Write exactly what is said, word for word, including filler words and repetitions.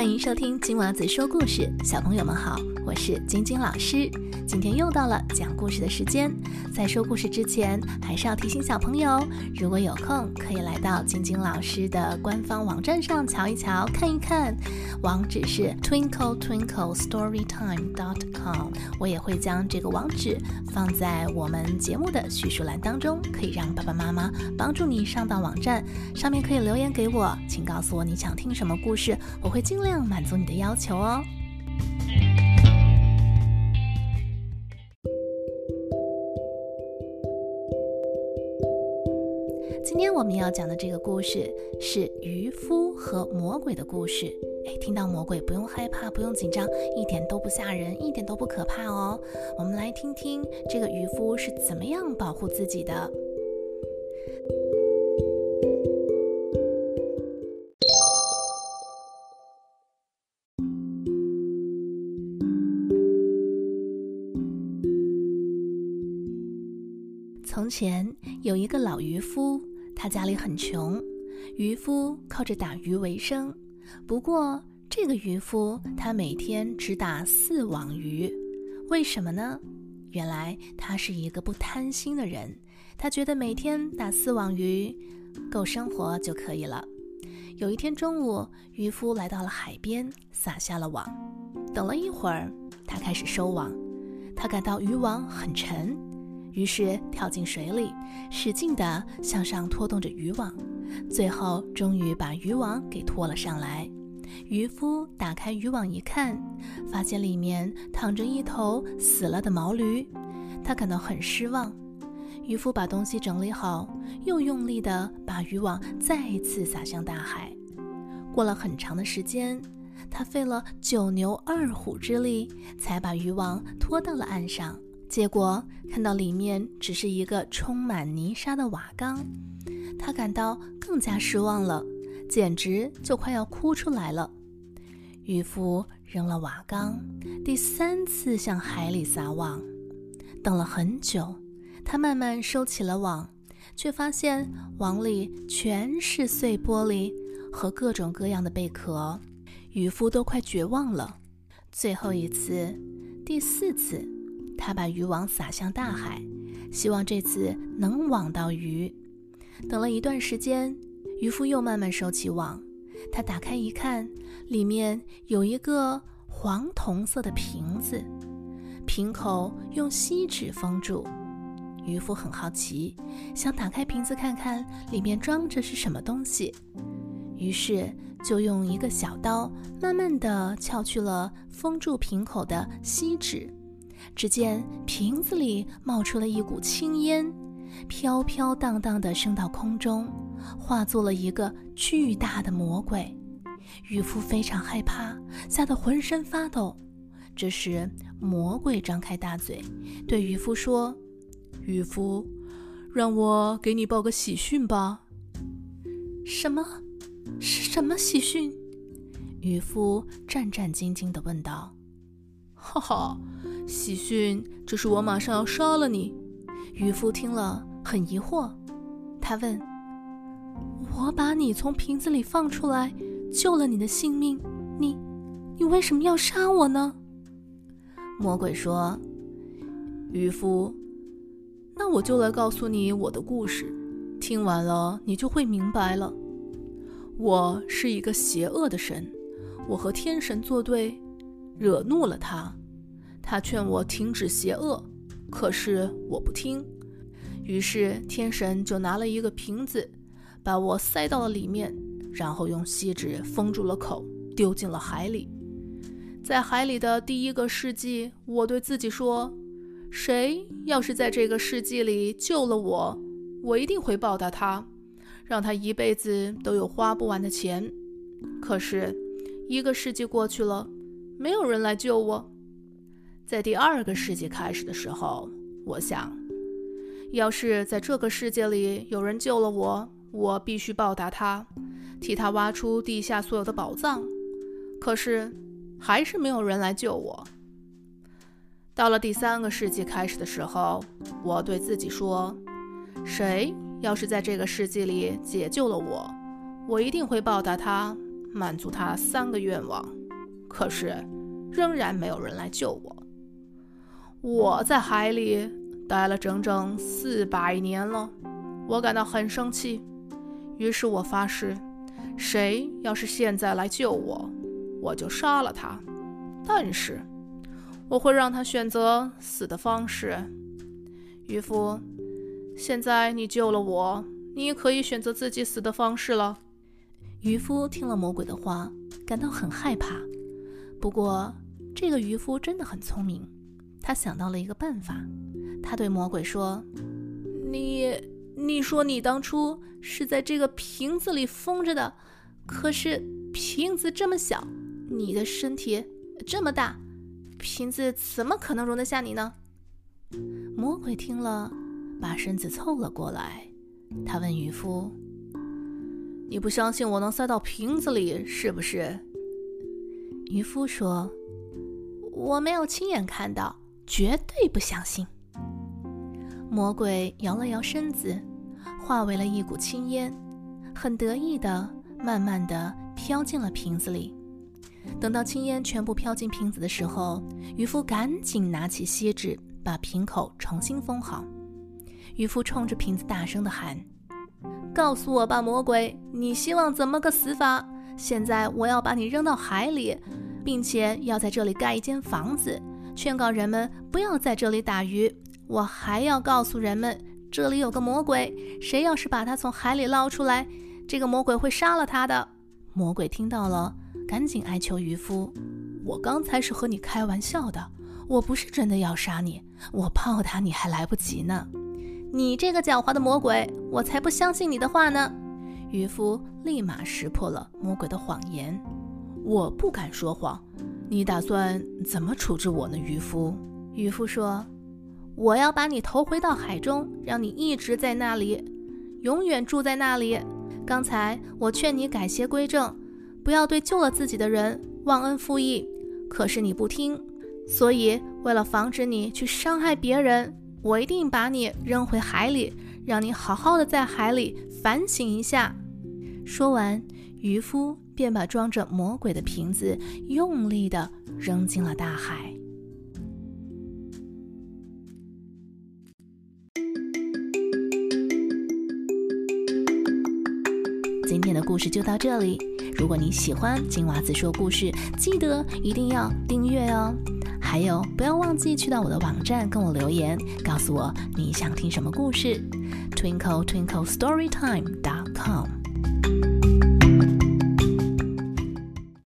欢迎收听金娃子说故事，小朋友们好，我是晶晶老师。今天又到了讲故事的时间，在说故事之前，还是要提醒小朋友，如果有空可以来到晶晶老师的官方网站上瞧一瞧，看一看，网址是 twinkle twinkle storytime dot com， 我也会将这个网址放在我们节目的叙述栏当中，可以让爸爸妈妈帮助你上到网站，上面可以留言给我，请告诉我你想听什么故事，我会尽量满足你的要求哦。今天我们要讲的这个故事是渔夫和魔鬼的故事。诶，听到魔鬼不用害怕，不用紧张，一点都不吓人，一点都不可怕哦。我们来听听这个渔夫是怎么样保护自己的。从前有一个老渔夫，他家里很穷，渔夫靠着打鱼为生。不过这个渔夫他每天只打四网鱼，为什么呢？原来他是一个不贪心的人，他觉得每天打四网鱼够生活就可以了。有一天中午，渔夫来到了海边，撒下了网。等了一会儿，他开始收网，他感到渔网很沉，于是跳进水里，使劲地向上拖动着渔网，最后终于把渔网给拖了上来。渔夫打开渔网一看，发现里面躺着一头死了的毛驴，他感到很失望。渔夫把东西整理好，又用力地把渔网再一次撒向大海。过了很长的时间，他费了九牛二虎之力，才把渔网拖到了岸上。结果看到里面只是一个充满泥沙的瓦缸，他感到更加失望了，简直就快要哭出来了。渔夫扔了瓦缸，第三次向海里撒网。等了很久，他慢慢收起了网，却发现网里全是碎玻璃和各种各样的贝壳，渔夫都快绝望了。最后一次，第四次，他把渔网撒向大海，希望这次能网到鱼。等了一段时间，渔夫又慢慢收起网，他打开一看，里面有一个黄铜色的瓶子，瓶口用锡纸封住。渔夫很好奇，想打开瓶子看看里面装着是什么东西，于是就用一个小刀慢慢地撬去了封住瓶口的锡纸。只见瓶子里冒出了一股青烟，飘飘荡荡地升到空中，化作了一个巨大的魔鬼。渔夫非常害怕，吓得浑身发抖。这时魔鬼张开大嘴，对渔夫说：渔夫，让我给你报个喜讯吧。什么？是什么喜讯？渔夫战战兢兢地问道。哈哈，喜讯就是我马上要杀了你。渔夫听了很疑惑，他问：我把你从瓶子里放出来，救了你的性命，你你为什么要杀我呢？魔鬼说：渔夫，那我就来告诉你我的故事，听完了你就会明白了。我是一个邪恶的神，我和天神作对，惹怒了他，他劝我停止邪恶，可是我不听。于是天神就拿了一个瓶子，把我塞到了里面，然后用锡纸封住了口，丢进了海里。在海里的第一个世纪，我对自己说，谁要是在这个世纪里救了我，我一定会报答他，让他一辈子都有花不完的钱。可是一个世纪过去了，没有人来救我。在第二个世纪开始的时候，我想，要是在这个世界里有人救了我，我必须报答他，替他挖出地下所有的宝藏。可是还是没有人来救我。到了第三个世纪开始的时候，我对自己说，谁要是在这个世纪里解救了我，我一定会报答他， 满足他三个愿望，可是仍然没有人来救我。我在海里待了整整四百年了，我感到很生气，于是我发誓，谁要是现在来救我，我就杀了他，但是我会让他选择死的方式。渔夫，现在你救了我，你也可以选择自己死的方式了。 渔夫听了魔鬼的话，感到很害怕。不过这个渔夫真的很聪明，他想到了一个办法。他对魔鬼说，你你说你当初是在这个瓶子里封着的，可是瓶子这么小，你的身体这么大，瓶子怎么可能容得下你呢？魔鬼听了，把身子凑了过来。他问渔夫，你不相信我能塞到瓶子里是不是？渔夫说，我没有亲眼看到，绝对不相信。魔鬼摇了摇身子，化为了一股青烟，很得意地慢慢地飘进了瓶子里。等到青烟全部飘进瓶子的时候，渔夫赶紧拿起锡纸，把瓶口重新封好。渔夫冲着瓶子大声地喊，告诉我吧，魔鬼，你希望怎么个死法？现在我要把你扔到海里，并且要在这里盖一间房子，劝告人们不要在这里打鱼。我还要告诉人们，这里有个魔鬼，谁要是把他从海里捞出来，这个魔鬼会杀了他的。魔鬼听到了，赶紧哀求渔夫，我刚才是和你开玩笑的，我不是真的要杀你，我炮打你还来不及呢。你这个狡猾的魔鬼，我才不相信你的话呢。渔夫立马识破了魔鬼的谎言，我不敢说谎，你打算怎么处置我呢，渔夫？渔夫说，我要把你投回到海中，让你一直在那里，永远住在那里。刚才我劝你改邪归正，不要对救了自己的人忘恩负义，可是你不听，所以为了防止你去伤害别人，我一定把你扔回海里，让你好好的在海里反省一下。说完，渔夫便把装着魔鬼的瓶子用力地扔进了大海。今天的故事就到这里，如果你喜欢金娃子说故事，记得一定要订阅哦。还有，不要忘记去到我的网站跟我留言，告诉我你想听什么故事 twinkle twinkle storytime dot com。